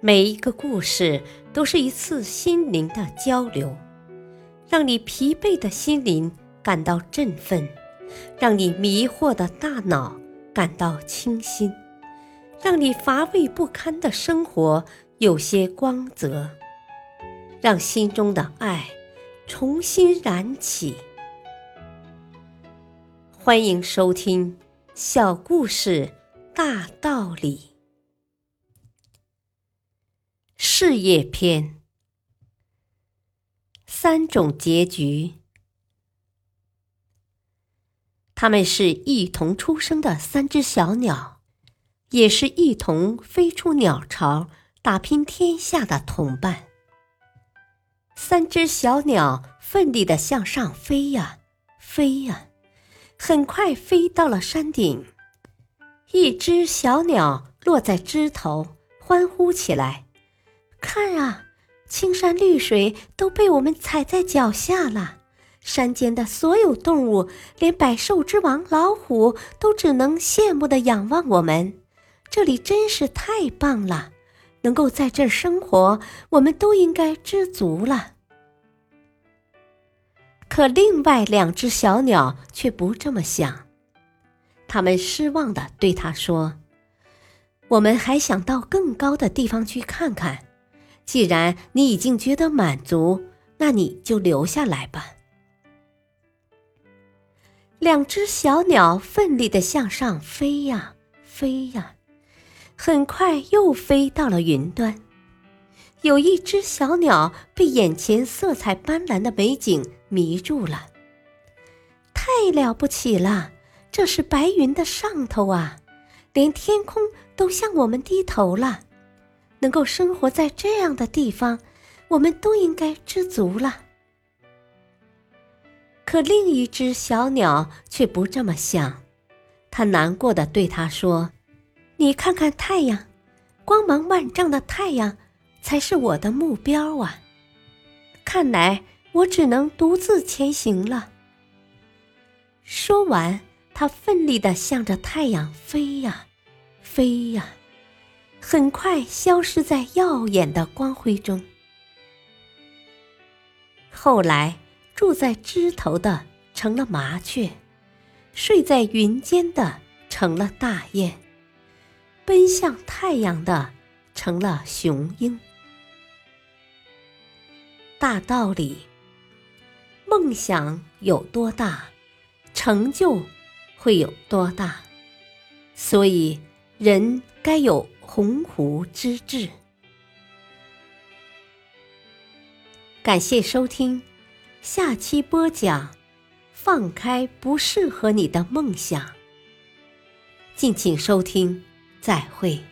每一个故事都是一次心灵的交流，让你疲惫的心灵感到振奋，让你迷惑的大脑感到清新，让你乏味不堪的生活有些光泽，让心中的爱重新燃起。欢迎收听小故事大道理。事业篇，3种结局。它们是一同出生的3只小鸟，也是一同飞出鸟巢打拼天下的同伴。3只小鸟奋力地向上飞呀飞呀，很快飞到了山顶。一只小鸟落在枝头，欢呼起来，看啊，青山绿水都被我们踩在脚下了，山间的所有动物，连百兽之王老虎都只能羡慕地仰望我们。这里真是太棒了，能够在这儿生活，我们都应该知足了。可另外2只小鸟却不这么想，它们失望地对它说，我们还想到更高的地方去看看，既然你已经觉得满足，那你就留下来吧。2只小鸟奋力地向上飞呀飞呀，很快又飞到了云端。有一只小鸟被眼前色彩斑斓的美景迷住了。太了不起了，这是白云的上头啊，连天空都向我们低头了。能够生活在这样的地方，我们都应该知足了。可另一只小鸟却不这么想，它难过地对它说，你看看太阳，光芒万丈的太阳才是我的目标啊！看来我只能独自前行了。说完，它奋力地向着太阳飞呀飞呀，很快消失在耀眼的光辉中。后来，住在枝头的成了麻雀，睡在云间的成了大雁，奔向太阳的成了雄鹰。大道理，梦想有多大，成就会有多大，所以人该有鸿鹄之志。感谢收听，下期播讲，放开不适合你的梦想。敬请收听，再会。